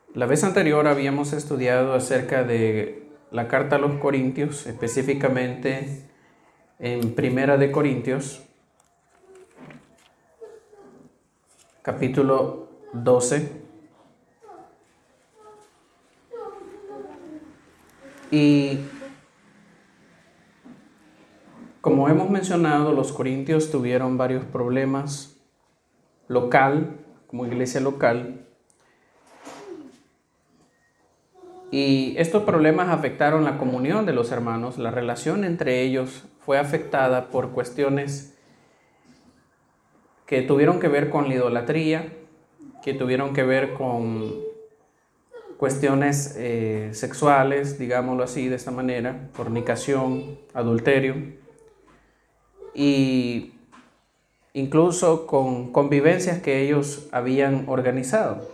La vez anterior habíamos estudiado acerca de la carta a los Corintios, específicamente en Primera de Corintios, capítulo 12. Y como hemos mencionado, los corintios tuvieron varios problemas como iglesia local. Y estos problemas afectaron la comunión de los hermanos. La relación entre ellos fue afectada por cuestiones que tuvieron que ver con la idolatría, que tuvieron que ver con cuestiones sexuales, digámoslo así, de esta manera, fornicación, adulterio, y incluso con convivencias que ellos habían organizado.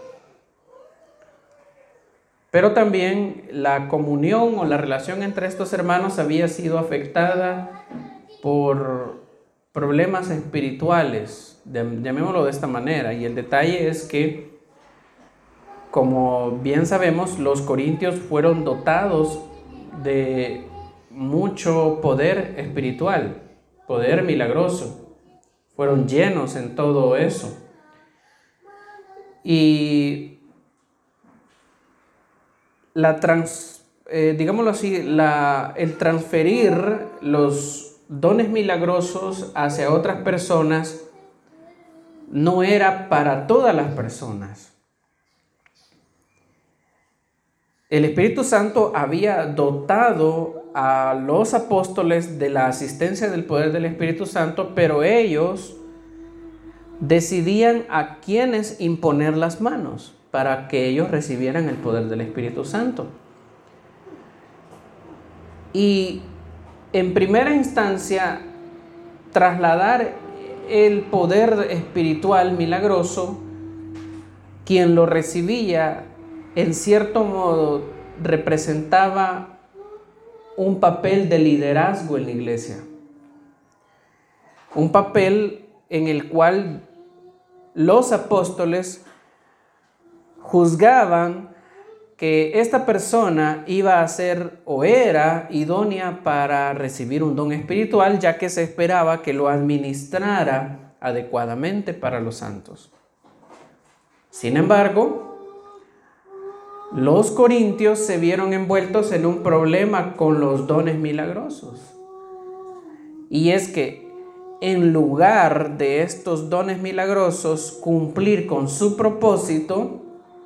Pero también la comunión o la relación entre estos hermanos había sido afectada por problemas espirituales, llamémoslo de esta manera. Y el detalle es que, como bien sabemos, los corintios fueron dotados de mucho poder espiritual, poder milagroso. Fueron llenos en todo eso. Y digámoslo así, el transferir los dones milagrosos hacia otras personas no era para todas las personas. El Espíritu Santo había dotado a los apóstoles de la asistencia del poder del Espíritu Santo, pero ellos decidían a quiénes imponer las manos para que ellos recibieran el poder del Espíritu Santo. Y en primera instancia, trasladar el poder espiritual milagroso, quien lo recibía, en cierto modo, representaba un papel de liderazgo en la iglesia. Un papel en el cual los apóstoles juzgaban que esta persona iba a ser o era idónea para recibir un don espiritual, ya que se esperaba que lo administrara adecuadamente para los santos. Sin embargo, los corintios se vieron envueltos en un problema con los dones milagrosos. Y es que en lugar de estos dones milagrosos cumplir con su propósito,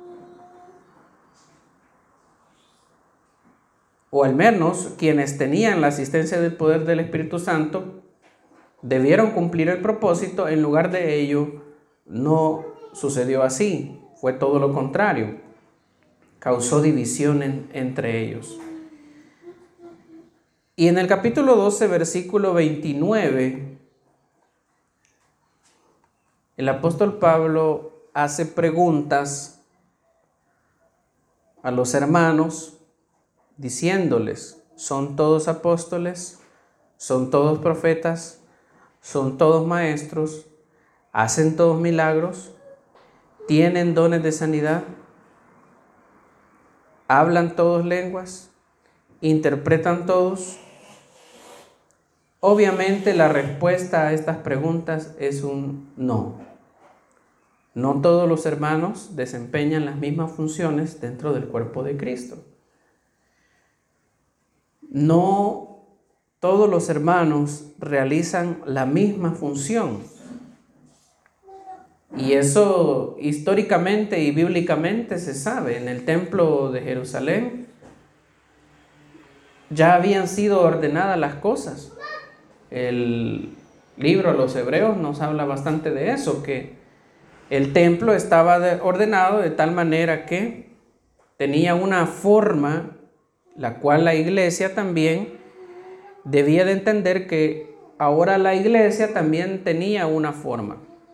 o al menos quienes tenían la asistencia del poder del Espíritu Santo, debieron cumplir el propósito. En lugar de ello, no sucedió así. Fue todo lo contrario. Causó división entre ellos. Y en el capítulo 12, versículo 29, el apóstol Pablo hace preguntas a los hermanos, diciéndoles: ¿son todos apóstoles? ¿Son todos profetas? ¿Son todos maestros? ¿Hacen todos milagros? ¿Tienen dones de sanidad? ¿Hablan todos lenguas? ¿Interpretan todos? Obviamente la respuesta a estas preguntas es un no. No todos los hermanos desempeñan las mismas funciones dentro del cuerpo de Cristo. No todos los hermanos realizan la misma función. Y eso históricamente y bíblicamente se sabe. En el templo de Jerusalén ya habían sido ordenadas las cosas. El libro de los Hebreos nos habla bastante de eso, que el templo estaba ordenado de tal manera que tenía una forma, la cual la iglesia también debía de entender que ahora la iglesia también tenía una forma.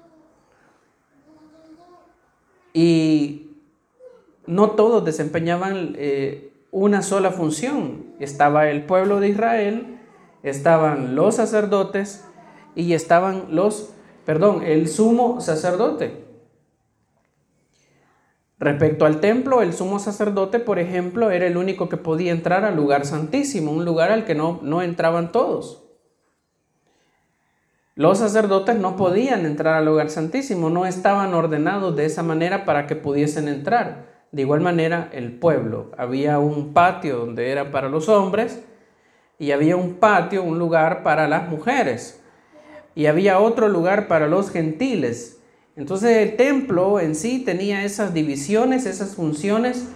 Y no todos desempeñaban una sola función. Estaba el pueblo de Israel, estaban los sacerdotes y estaban el sumo sacerdote. Respecto al templo, el sumo sacerdote, por ejemplo, era el único que podía entrar al lugar santísimo, un lugar al que no entraban todos. Los sacerdotes no podían entrar al lugar santísimo, no estaban ordenados de esa manera para que pudiesen entrar. De igual manera, el pueblo. Había un patio donde era para los hombres y había un patio, un lugar para las mujeres. Y había otro lugar para los gentiles. Entonces el templo en sí tenía esas divisiones, esas funciones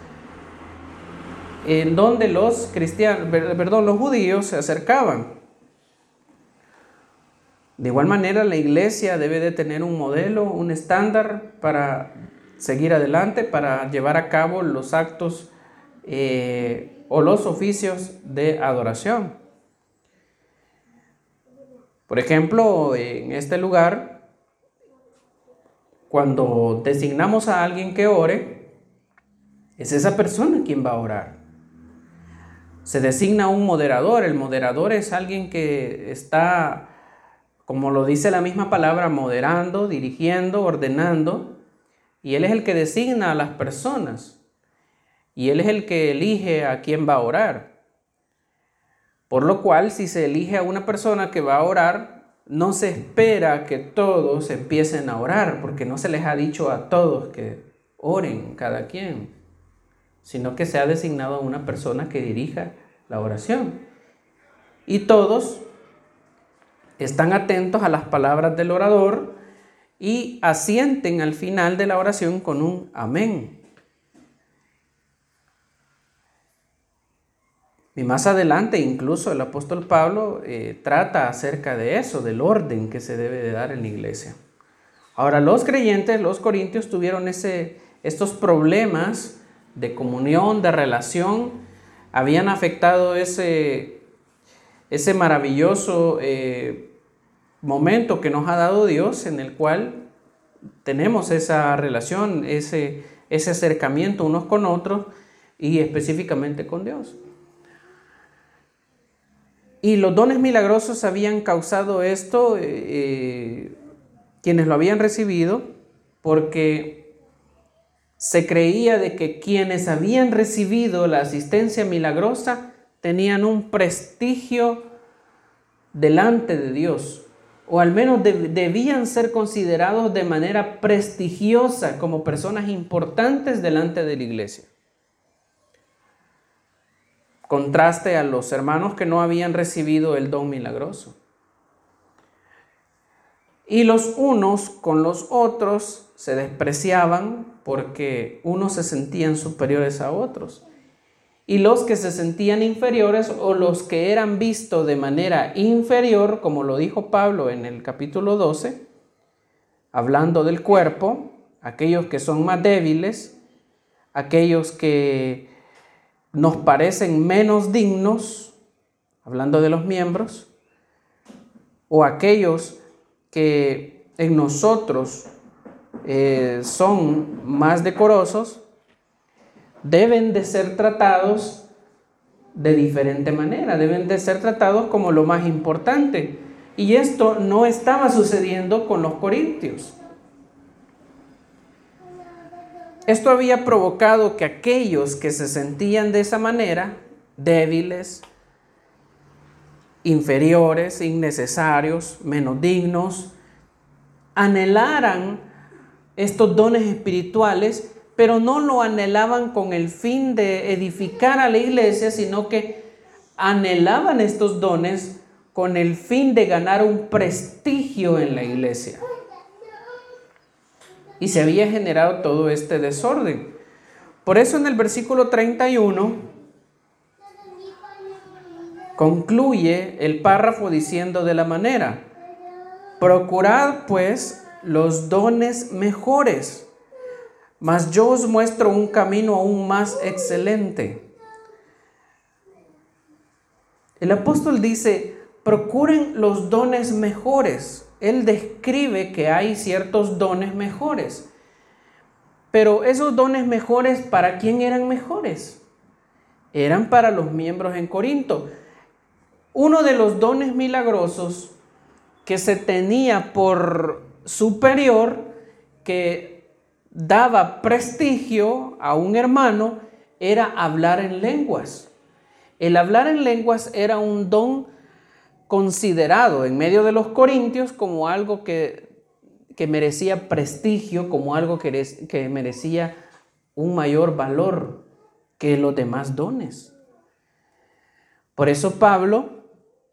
en donde los judíos se acercaban. De igual manera, la iglesia debe de tener un modelo, un estándar para seguir adelante, para llevar a cabo los actos o los oficios de adoración. Por ejemplo, en este lugar, cuando designamos a alguien que ore, es esa persona quien va a orar. Se designa un moderador. El moderador es alguien que está, como lo dice la misma palabra, moderando, dirigiendo, ordenando. Y él es el que designa a las personas. Y él es el que elige a quién va a orar. Por lo cual, si se elige a una persona que va a orar, no se espera que todos empiecen a orar, porque no se les ha dicho a todos que oren cada quien, sino que se ha designado a una persona que dirija la oración. Y todos están atentos a las palabras del orador y asienten al final de la oración con un amén. Y más adelante incluso el apóstol Pablo trata acerca de eso, del orden que se debe de dar en la iglesia. Ahora, los creyentes, los corintios, tuvieron estos problemas de comunión, de relación, habían afectado ese maravilloso momento que nos ha dado Dios, en el cual tenemos esa relación, ese acercamiento unos con otros y específicamente con Dios. Y los dones milagrosos habían causado esto, quienes lo habían recibido, porque se creía de que quienes habían recibido la asistencia milagrosa tenían un prestigio delante de Dios, o al menos debían ser considerados de manera prestigiosa como personas importantes delante de la iglesia. Contraste a los hermanos que no habían recibido el don milagroso. Y los unos con los otros se despreciaban porque unos se sentían superiores a otros. Y los que se sentían inferiores o los que eran vistos de manera inferior, como lo dijo Pablo en el capítulo 12, hablando del cuerpo, aquellos que son más débiles, aquellos que nos parecen menos dignos, hablando de los miembros, o aquellos que en nosotros son más decorosos, deben de ser tratados de diferente manera, deben de ser tratados como lo más importante. Y esto no estaba sucediendo con los corintios. Esto había provocado que aquellos que se sentían de esa manera, débiles, inferiores, innecesarios, menos dignos, anhelaran estos dones espirituales, pero no lo anhelaban con el fin de edificar a la iglesia, sino que anhelaban estos dones con el fin de ganar un prestigio en la iglesia. Y se había generado todo este desorden. Por eso en el versículo 31 concluye el párrafo diciendo de la manera: procurad pues los dones mejores, mas yo os muestro un camino aún más excelente. El apóstol dice: procuren los dones mejores. Él describe que hay ciertos dones mejores. Pero esos dones mejores, ¿para quién eran mejores? Eran para los miembros en Corinto. Uno de los dones milagrosos que se tenía por superior, que daba prestigio a un hermano era hablar en lenguas. El hablar en lenguas era un don considerado en medio de los corintios como algo que merecía prestigio, como algo que merecía un mayor valor que los demás dones. Por eso Pablo,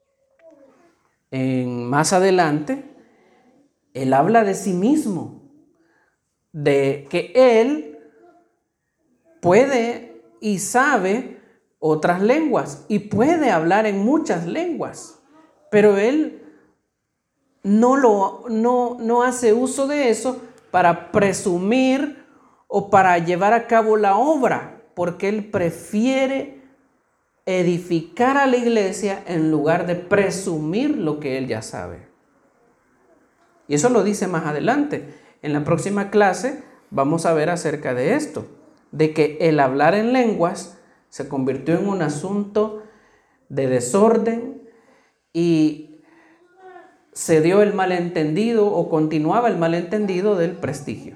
más adelante, él habla de sí mismo, de que él puede y sabe otras lenguas y puede hablar en muchas lenguas, pero él no hace uso de eso para presumir o para llevar a cabo la obra, porque él prefiere edificar a la iglesia en lugar de presumir lo que él ya sabe. Y eso lo dice más adelante. En la próxima clase vamos a ver acerca de esto, de que el hablar en lenguas se convirtió en un asunto de desorden y se dio el malentendido o continuaba el malentendido del prestigio.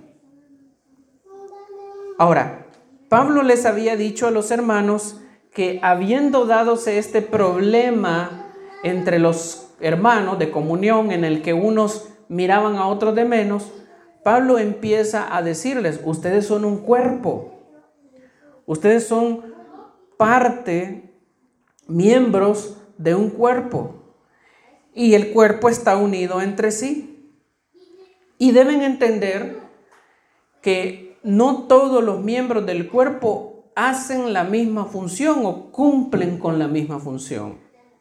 Ahora, Pablo les había dicho a los hermanos que habiendo dadose este problema entre los hermanos de comunión en el que unos miraban a otros de menos, Pablo empieza a decirles, ustedes son un cuerpo, ustedes son parte, miembros de un cuerpo. Y el cuerpo está unido entre sí. Y deben entender que no todos los miembros del cuerpo hacen la misma función o cumplen con la misma función.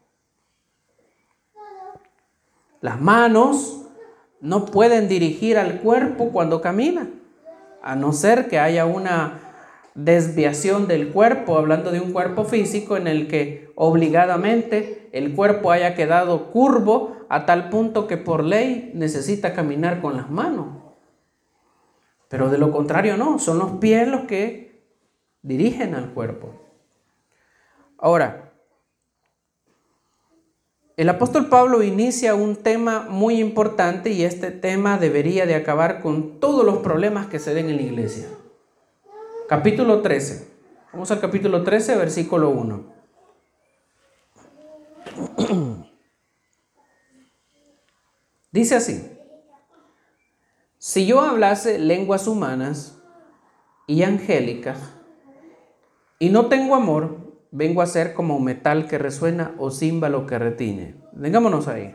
Las manos no pueden dirigir al cuerpo cuando camina, a no ser que haya una desviación del cuerpo, hablando de un cuerpo físico en el que obligadamente el cuerpo haya quedado curvo a tal punto que por ley necesita caminar con las manos. Pero de lo contrario no, son los pies los que dirigen al cuerpo. Ahora, el apóstol Pablo inicia un tema muy importante y este tema debería de acabar con todos los problemas que se den en la iglesia. Capítulo 13. Vamos al capítulo 13, versículo 1. Dice así: si yo hablase lenguas humanas y angélicas y no tengo amor, vengo a ser como metal que resuena o címbalo que retiñe. Vengámonos ahí.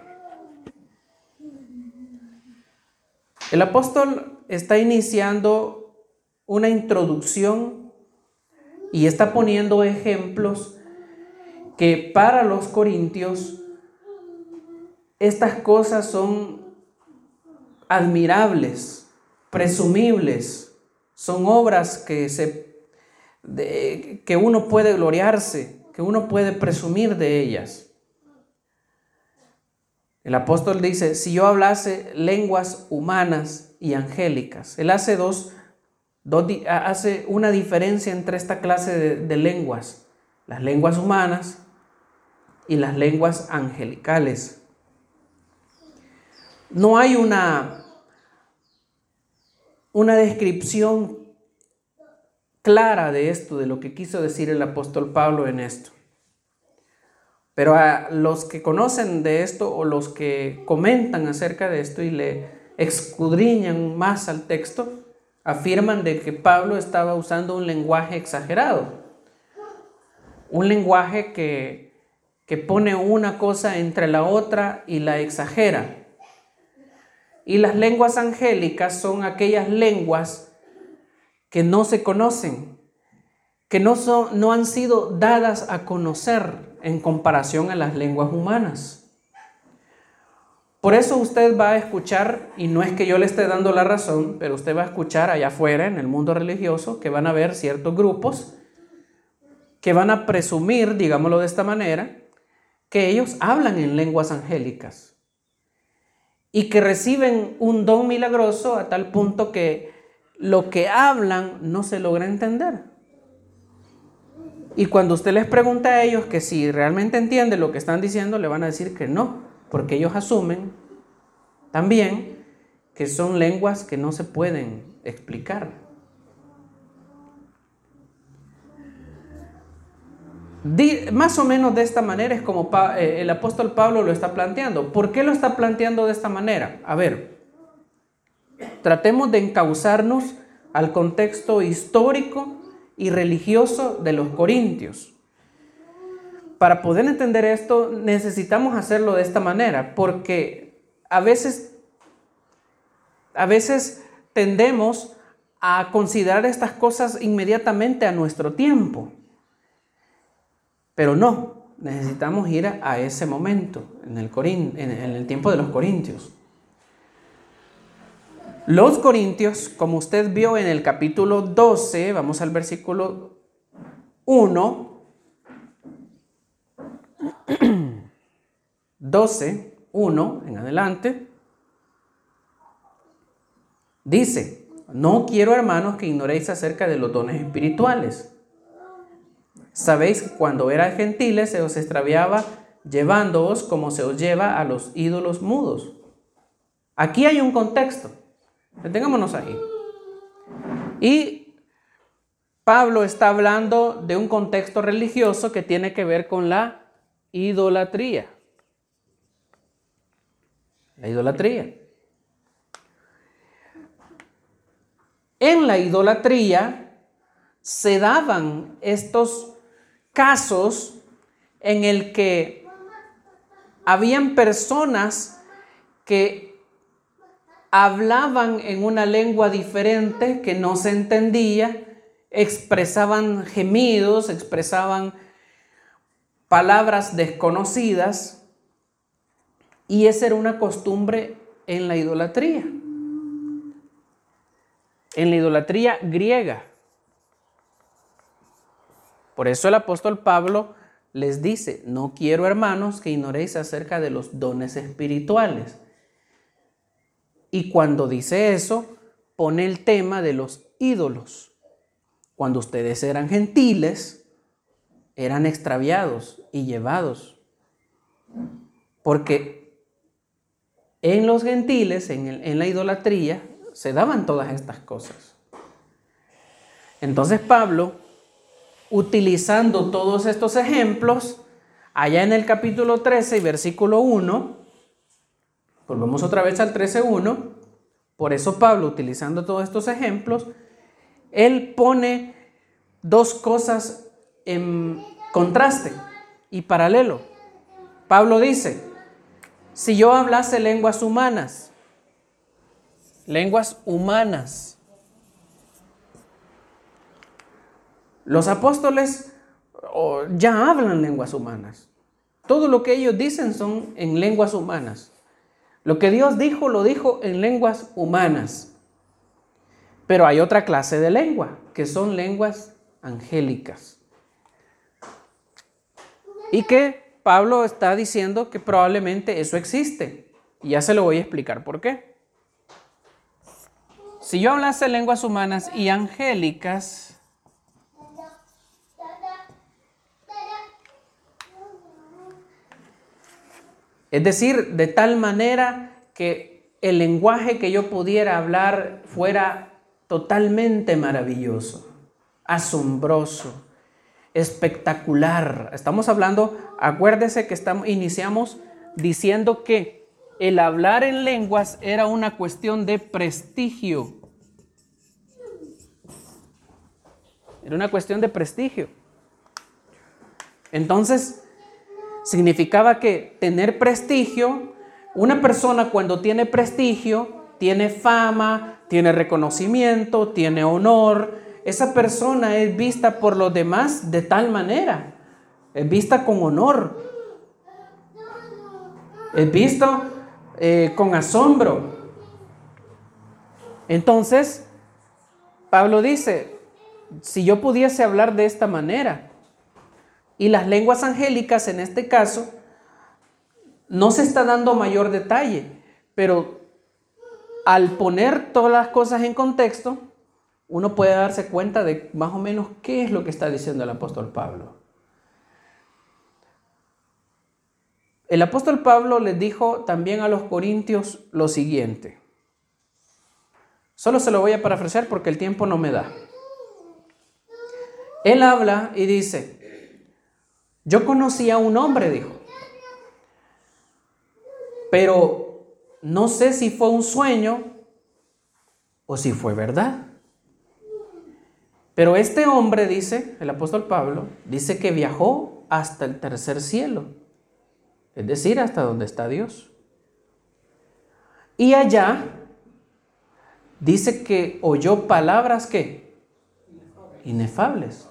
El apóstol está iniciando una introducción y está poniendo ejemplos que para los corintios estas cosas son admirables, presumibles, son obras que uno puede gloriarse, que uno puede presumir de ellas. El apóstol dice, si yo hablase lenguas humanas y angélicas, él hace hace una diferencia entre esta clase de lenguas, las lenguas humanas y las lenguas angelicales. No hay una descripción clara de esto, de lo que quiso decir el apóstol Pablo en esto. Pero a los que conocen de esto o los que comentan acerca de esto y le escudriñan más al texto, afirman de que Pablo estaba usando un lenguaje exagerado, un lenguaje que pone una cosa entre la otra y la exagera. Y las lenguas angélicas son aquellas lenguas que no se conocen, que no han sido dadas a conocer en comparación a las lenguas humanas. Por eso usted va a escuchar, y no es que yo le esté dando la razón, pero usted va a escuchar allá afuera en el mundo religioso que van a haber ciertos grupos que van a presumir, digámoslo de esta manera, que ellos hablan en lenguas angélicas y que reciben un don milagroso a tal punto que lo que hablan no se logra entender. Y cuando usted les pregunta a ellos que si realmente entienden lo que están diciendo, le van a decir que no, porque ellos asumen también que son lenguas que no se pueden explicar. Más o menos de esta manera es como el apóstol Pablo lo está planteando. ¿Por qué lo está planteando de esta manera? A ver, tratemos de encauzarnos al contexto histórico y religioso de los corintios. Para poder entender esto, necesitamos hacerlo de esta manera, porque a veces tendemos a considerar estas cosas inmediatamente a nuestro tiempo. Pero no, necesitamos ir a ese momento, en el tiempo de los corintios. Los corintios, como usted vio en el capítulo 12, vamos al versículo 1, 12, 1 en adelante, dice: no quiero, hermanos, que ignoréis acerca de los dones espirituales. Sabéis que cuando eran gentiles se os extraviaba llevándoos como se os lleva a los ídolos mudos. Aquí hay un contexto. Detengámonos ahí. Y Pablo está hablando de un contexto religioso que tiene que ver con la idolatría. La idolatría. En la idolatría se daban estos casos en el que habían personas que hablaban en una lengua diferente que no se entendía, expresaban gemidos, expresaban palabras desconocidas, y esa era una costumbre en la idolatría griega. Por eso el apóstol Pablo les dice: no quiero, hermanos, que ignoréis acerca de los dones espirituales. Y cuando dice eso, pone el tema de los ídolos. Cuando ustedes eran gentiles, eran extraviados y llevados. Porque en los gentiles, en la idolatría, se daban todas estas cosas. Entonces Pablo, utilizando todos estos ejemplos, allá en el capítulo 13 y versículo 1, volvemos otra vez al 13:1, por eso Pablo, utilizando todos estos ejemplos, él pone dos cosas en contraste y paralelo. Pablo dice: si yo hablase lenguas humanas, los apóstoles ya hablan lenguas humanas. Todo lo que ellos dicen son en lenguas humanas. Lo que Dios dijo, lo dijo en lenguas humanas. Pero hay otra clase de lengua, que son lenguas angélicas. Y que Pablo está diciendo que probablemente eso existe. Y ya se lo voy a explicar por qué. Si yo hablase lenguas humanas y angélicas, es decir, de tal manera que el lenguaje que yo pudiera hablar fuera totalmente maravilloso, asombroso, espectacular. Estamos hablando, acuérdese que iniciamos diciendo que el hablar en lenguas era una cuestión de prestigio. Era una cuestión de prestigio. Entonces, significaba que tener prestigio, una persona cuando tiene prestigio, tiene fama, tiene reconocimiento, tiene honor. Esa persona es vista por los demás de tal manera, es vista con honor, es visto con asombro. Entonces, Pablo dice: si yo pudiese hablar de esta manera, y las lenguas angélicas en este caso, no se está dando mayor detalle, pero al poner todas las cosas en contexto, uno puede darse cuenta de más o menos qué es lo que está diciendo el apóstol Pablo. El apóstol Pablo les dijo también a los corintios lo siguiente: Solo se lo voy a parafrasear porque el tiempo no me da. Él habla y dice, yo conocí a un hombre, dijo, pero no sé si fue un sueño o si fue verdad. Pero este hombre, dice el apóstol Pablo, dice que viajó hasta el tercer cielo, es decir, hasta donde está Dios. Y allá dice que oyó palabras ¿qué? Inefables.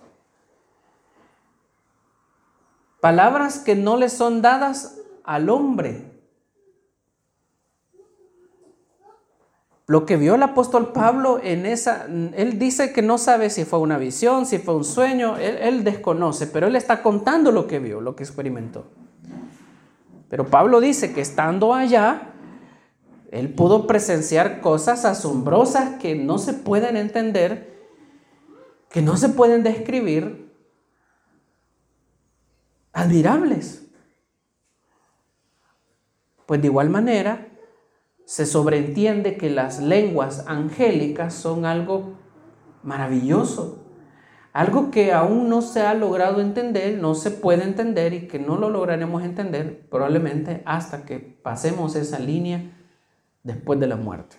Palabras que no le son dadas al hombre. Lo que vio el apóstol Pablo él dice que no sabe si fue una visión, si fue un sueño, él desconoce, pero él está contando lo que vio, lo que experimentó. Pero Pablo dice que estando allá, él pudo presenciar cosas asombrosas que no se pueden entender, que no se pueden describir, admirables. Pues de igual manera, se sobreentiende que las lenguas angélicas son algo maravilloso, algo que aún no se ha logrado entender, no se puede entender y que no lo lograremos entender probablemente hasta que pasemos esa línea después de la muerte.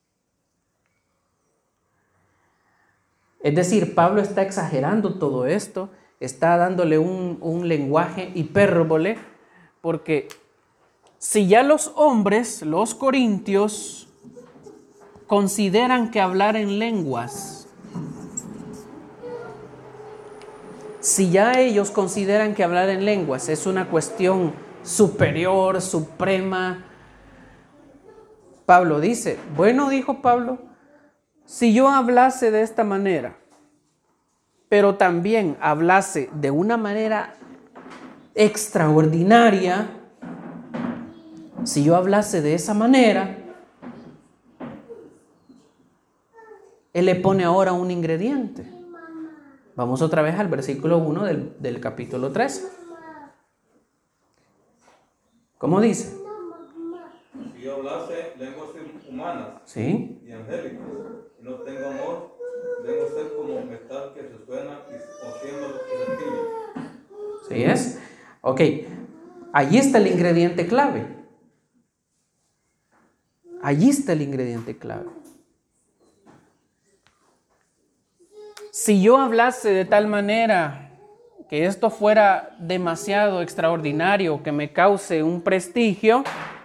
Es decir, Pablo está exagerando todo esto, está dándole un lenguaje hipérbole, porque si ya los hombres, los corintios, consideran que hablar en lenguas, si ya ellos consideran que hablar en lenguas es una cuestión superior, suprema, Pablo dice, bueno, dijo Pablo, si yo hablase de esta manera, pero también hablase de una manera extraordinaria, si yo hablase de esa manera, él le pone ahora un ingrediente. Vamos otra vez al versículo 1 del capítulo 3. ¿Cómo dice? Si yo hablase lenguas humanas, ¿sí?, y angélicas, y no tengo amor, vengo a ser como metal que se suena o símbolo que se tiñe. ¿Sí es? Ok, allí está el ingrediente clave. Allí está el ingrediente clave. Si yo hablase de tal manera que esto fuera demasiado extraordinario, que me cause un prestigio,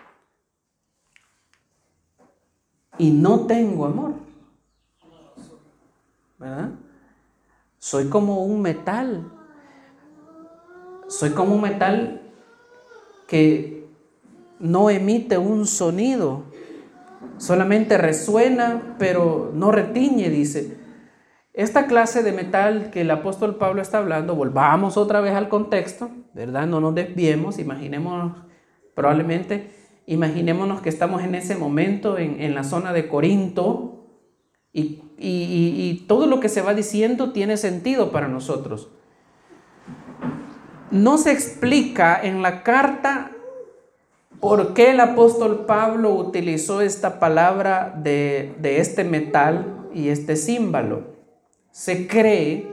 y no tengo amor, ¿verdad? Soy como un metal. Soy como un metal que no emite un sonido. Solamente resuena, pero no retiñe, dice. Esta clase de metal que el apóstol Pablo está hablando, volvamos otra vez al contexto, ¿verdad? No nos desviemos, imaginémonos que estamos en ese momento en la zona de Corinto y todo lo que se va diciendo tiene sentido para nosotros. No se explica en la carta por qué el apóstol Pablo utilizó esta palabra de este metal y este címbalo. Se cree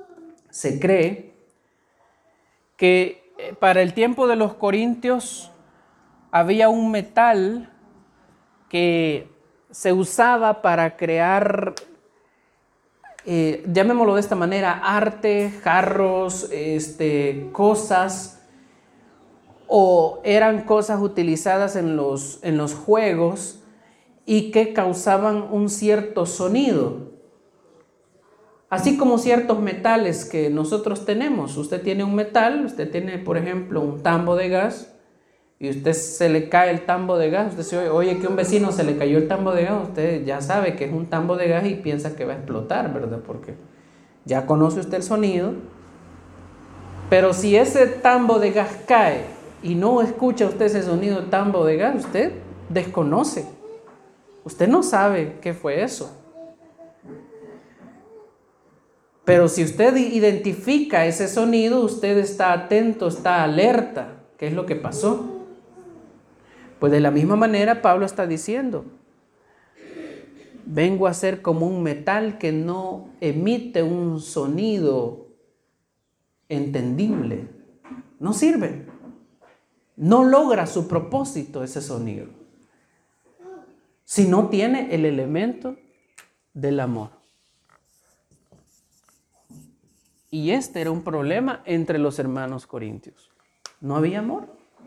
que para el tiempo de los corintios había un metal que se usaba para crear, llamémoslo de esta manera, arte, jarros, cosas, o eran cosas utilizadas en los juegos y que causaban un cierto sonido. Así como ciertos metales que nosotros tenemos. Usted tiene un metal, usted tiene, por ejemplo, un tambo de gas, y usted se le cae el tambo de gas. Usted se oye que a un vecino se le cayó el tambo de gas, usted ya sabe que es un tambo de gas y piensa que va a explotar, ¿verdad? Porque ya conoce usted el sonido. Pero si ese tambo de gas cae y no escucha usted ese sonido de tambo de gas, usted desconoce. Usted no sabe qué fue eso. Pero si usted identifica ese sonido, usted está atento, está alerta. ¿Qué es lo que pasó? Pues de la misma manera Pablo está diciendo, vengo a ser como un metal que no emite un sonido entendible. No sirve. No logra su propósito ese sonido. Si no tiene el elemento del amor. Y este era un problema entre los hermanos corintios. No había amor.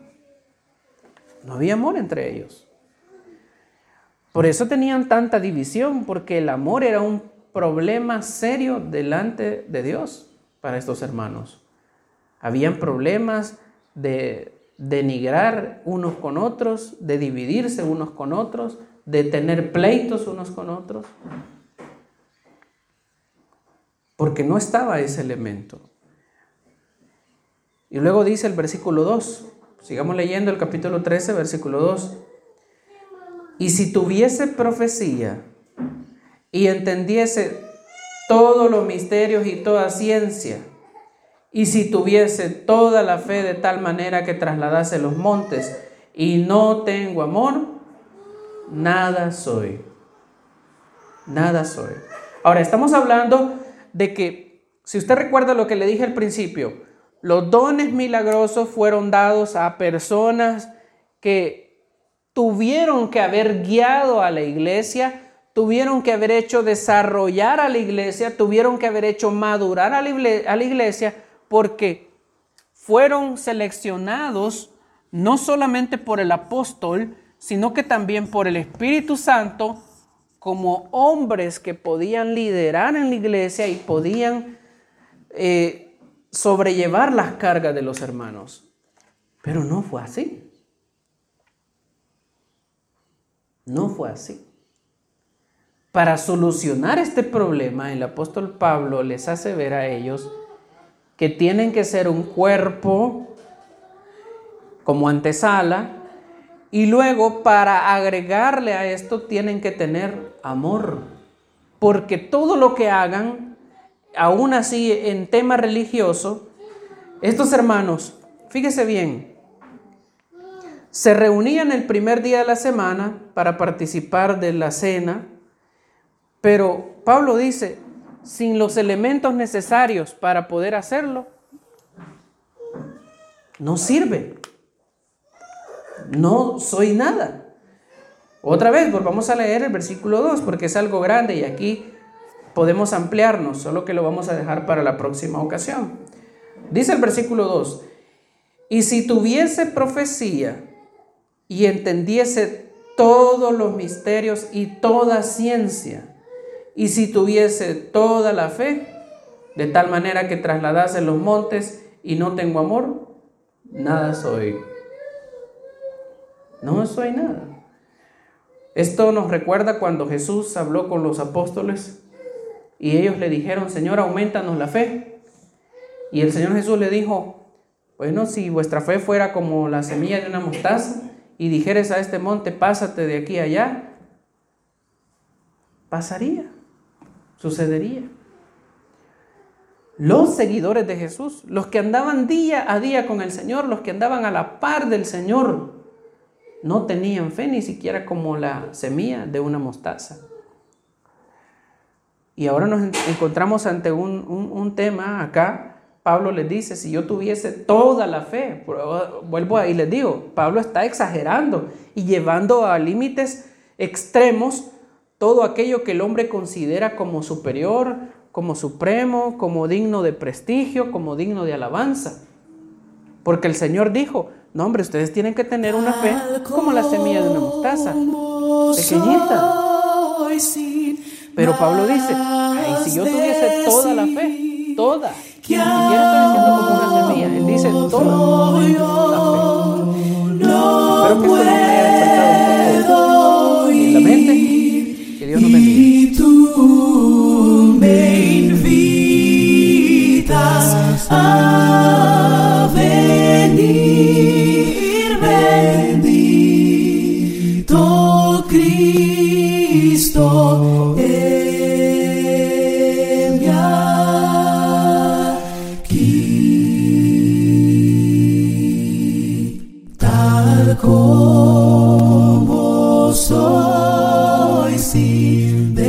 No había amor entre ellos. Por eso tenían tanta división, porque el amor era un problema serio delante de Dios para estos hermanos. Habían problemas de denigrar unos con otros, de dividirse unos con otros, de tener pleitos unos con otros, porque no estaba ese elemento. Y luego dice el versículo 2, sigamos leyendo el capítulo 13, versículo 2. Y si tuviese profecía y entendiese todos los misterios y toda ciencia, y si tuviese toda la fe de tal manera que trasladase los montes, y no tengo amor, nada soy. Nada soy. Ahora, estamos hablando de que, si usted recuerda lo que le dije al principio, los dones milagrosos fueron dados a personas que tuvieron que haber guiado a la iglesia, tuvieron que haber hecho desarrollar a la iglesia, tuvieron que haber hecho madurar a la iglesia, porque fueron seleccionados no solamente por el apóstol, sino que también por el Espíritu Santo, como hombres que podían liderar en la iglesia y podían sobrellevar las cargas de los hermanos. Pero no fue así. No fue así. Para solucionar este problema, el apóstol Pablo les hace ver a ellos que tienen que ser un cuerpo como antesala, y luego para agregarle a esto tienen que tener amor, porque todo lo que hagan, aún así en tema religioso, estos hermanos, fíjese bien, se reunían el primer día de la semana para participar de la cena, pero Pablo dice, sin los elementos necesarios para poder hacerlo, no sirve. No soy nada. Otra vez, volvamos a leer el versículo 2, porque es algo grande y aquí podemos ampliarnos, solo que lo vamos a dejar para la próxima ocasión. Dice el versículo 2, y si tuviese profecía y entendiese todos los misterios y toda ciencia, y si tuviese toda la fe, de tal manera que trasladase los montes y no tengo amor, nada soy. No soy nada. Esto nos recuerda cuando Jesús habló con los apóstoles y ellos le dijeron, Señor, aumentanos la fe. Y el Señor Jesús le dijo, bueno, si vuestra fe fuera como la semilla de una mostaza y dijeres a este monte, pásate de aquí a allá, pasaría, sucedería. Los seguidores de Jesús, los que andaban día a día con el Señor, los que andaban a la par del Señor, no tenían fe ni siquiera como la semilla de una mostaza. Y ahora nos encontramos ante un tema acá. Pablo les dice, si yo tuviese toda la fe, vuelvo ahí, les digo, Pablo está exagerando y llevando a límites extremos todo aquello que el hombre considera como superior, como supremo, como digno de prestigio, como digno de alabanza. Porque el Señor dijo, no hombre, ustedes tienen que tener una fe como la semilla de una mostaza, pequeñita. Pero Pablo dice, ay, si yo tuviese toda la fe, toda, ni siquiera estoy diciendo como una semilla, él dice toda la fe. Espero que esto no me haya despertado un poco en la mente, que Dios nos bendiga. Y tú me invitas a venir, bendito Cristo, heme aquí, tal como soy, sin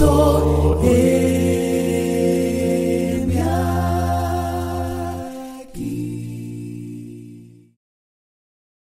Cristo es.